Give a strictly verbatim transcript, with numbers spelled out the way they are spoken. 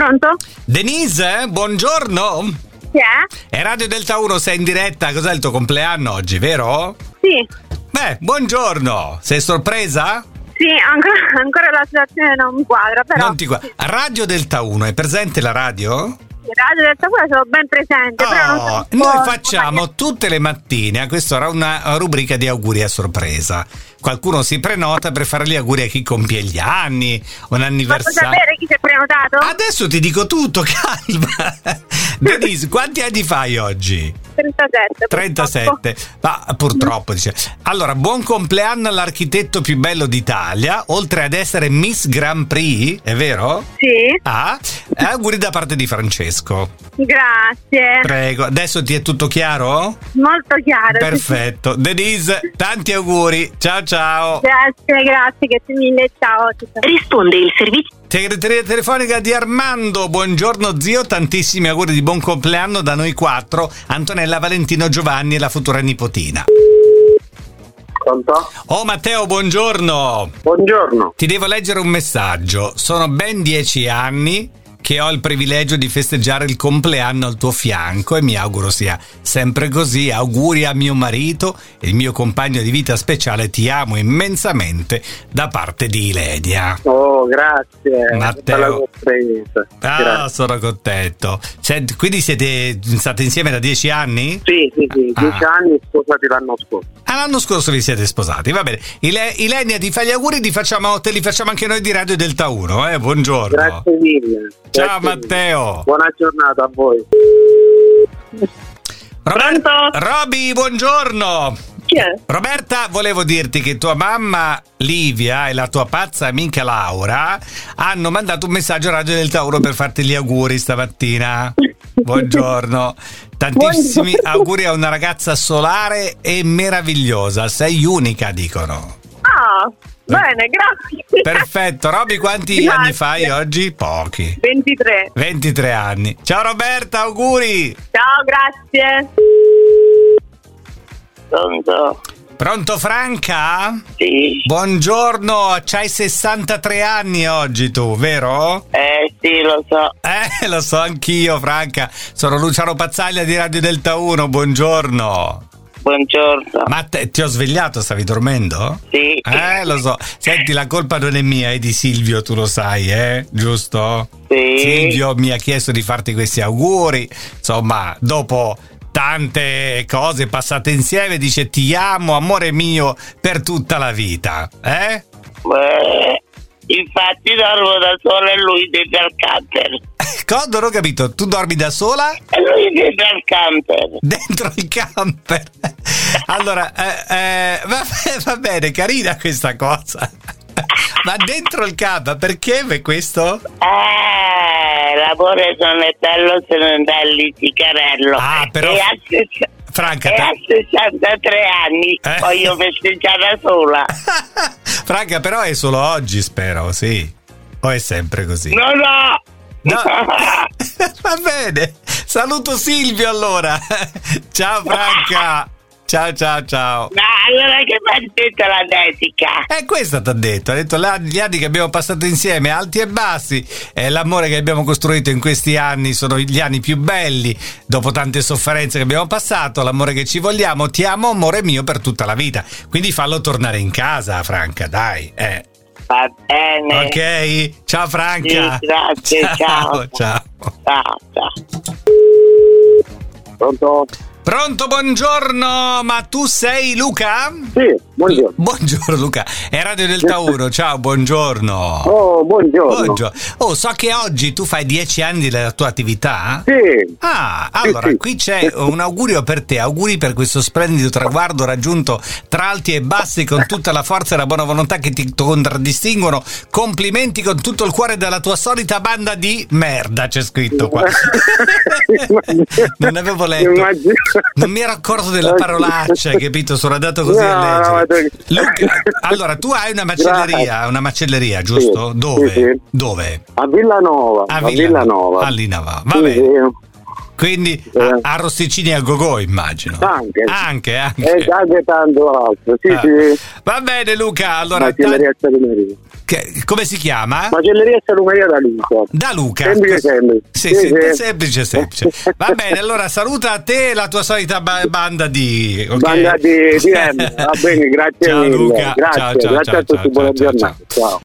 Pronto? Denise, buongiorno. Chi è? È Radio Delta uno, sei in diretta. Cos'è il tuo compleanno oggi, vero? Sì. Beh, buongiorno. Sei sorpresa? Sì, ancora, ancora la situazione non mi quadra, però. Non ti guarda. Radio Delta uno, è presente la radio? Radio Delta uno sono ben presente, Oh, però non so noi cosa- facciamo tutte le mattine a quest'ora una rubrica di auguri a sorpresa. Qualcuno si prenota per fare gli auguri a chi compie gli anni, un Ma anniversario. puoi sapere chi si è prenotato? Adesso ti dico tutto, calma. Denise, quanti anni fai oggi? trentasette. trentasette. Ma purtroppo dice. Allora, buon compleanno all'architetto più bello d'Italia, oltre ad essere Miss Grand Prix, è vero? Sì, Ah, auguri da parte di Francesco. grazie. Prego, adesso ti è tutto chiaro? Molto chiaro. Perfetto. Denise, tanti auguri. Ciao ciao. Grazie, grazie, grazie mille, ciao. Risponde il servizio. Segreteria telefonica di Armando. Buongiorno zio, tantissimi auguri di buon compleanno da noi quattro, Antonella, Valentino, Giovanni e la futura nipotina. Pronto? Oh Matteo, buongiorno. Buongiorno. Ti devo leggere un messaggio. Sono ben dieci anni che ho il privilegio di festeggiare il compleanno al tuo fianco e mi auguro sia sempre così. Auguri a mio marito, il mio compagno di vita speciale. Ti amo immensamente da parte di Ilenia. Oh, grazie. Matteo. Per la sorpresa. Ah, Grazie. sono contento. Senti, quindi siete state insieme da dieci anni? Sì, sì, sì, Ah. dieci anni sposati l'anno scorso. Ah, l'anno scorso vi siete sposati, va bene. Ile- Ilenia, ti fai gli auguri, ti facciamo, te li facciamo anche noi di Radio Delta uno, eh? Buongiorno. Grazie mille. Ciao Grazie Matteo. mille. Buona giornata a voi. Rober- Pronto? Roby, buongiorno. Chi è? Roberta, volevo dirti che tua mamma Livia e la tua pazza amica Laura hanno mandato un messaggio a Radio Delta uno per farti gli auguri stamattina. Buongiorno. Tantissimi Buongiorno. auguri a una ragazza solare e meravigliosa. Sei unica, dicono. Ah, bene, grazie. Perfetto. Roby, quanti Grazie. anni fai oggi? Pochi. ventitré. ventitré anni. Ciao Roberta, auguri. Ciao, grazie. Pronto? Pronto Franca? Sì. Buongiorno, c'hai sessantatré anni oggi tu, vero? Eh sì, lo so. Eh, lo so anch'io, Franca. Sono Luciano Pazzaglia di Radio Delta uno, buongiorno. Buongiorno. Ma te, ti ho svegliato, stavi dormendo? Sì. Eh, lo so. Senti, la colpa non è mia, è di Silvio, tu lo sai, eh? Giusto? Sì. Silvio mi ha chiesto di farti questi auguri. Insomma, dopo tante cose passate insieme, dice ti amo, amore mio, per tutta la vita. Eh? Beh, infatti dormo da sola e lui dentro al camper. Cosa? Non ho capito, tu dormi da sola? E lui dentro al camper. Dentro il camper. Allora, eh, eh, va, va bene, carina questa cosa. Ma dentro il camper, perché per questo? Eh, l'amore non è bello se non dà il liticarello. Ah, però- E a, sess- Franca, e te- a sessantatré anni Eh. voglio festeggiare da sola. Franca, però è solo oggi, spero, sì. O è sempre così? No, no. No. Va bene. Saluto Silvio allora. Ciao Franca. Ciao ciao ciao. Ma allora che mi ha detto la dedica? E questa ti ha detto, ha detto la- gli anni che abbiamo passato insieme, alti e bassi, e l'amore che abbiamo costruito in questi anni sono gli anni più belli, dopo tante sofferenze che abbiamo passato, l'amore che ci vogliamo, ti amo amore mio per tutta la vita, quindi fallo tornare in casa Franca, dai, eh. Va bene. Ok, ciao Franca. Sì, grazie, ciao. Ciao. Ciao, ciao. Pronto? Pronto, buongiorno, ma tu sei Luca? Sì, buongiorno. Buongiorno Luca, è Radio Delta uno, ciao, buongiorno. Oh, buongiorno. Buongiorno. Oh, so che oggi tu fai dieci anni della tua attività? Sì. Ah, allora, Sì, sì. qui c'è un augurio per te, auguri per questo splendido traguardo raggiunto tra alti e bassi con tutta la forza e la buona volontà che ti contraddistinguono. Complimenti con tutto il cuore dalla tua solita banda di merda, c'è scritto qua. Non avevo letto. Immagino. Non mi ero accorto delle parolacce, hai capito? Sono andato così No, a no, leggere. no, Luca, allora, tu hai una macelleria, una macelleria, giusto? Sì, Dove? sì, sì. Dove? A Villanova. A Villanova. A Villanova. Va Sì, bene. sì. Quindi Eh. a, a Rosticini a Gogò, immagino. Anche. Anche, anche. E anche tanto altro, sì, Ah. sì. Va bene Luca, allora Macelleria ta- Salumeria. che- come si chiama? Macelleria Salumeria da Luca. Da Luca. Semplice, semplice. Sì, Sì, sì, sì. semplice, semplice. Va bene, allora saluta a te e la tua solita ba- banda di... ok? Banda di, di M. Va bene, grazie Ciao mille. Luca. Grazie, Ciao, ciao, grazie ciao, a tutti, ciao, buona ciao, giornata. ciao. Ciao.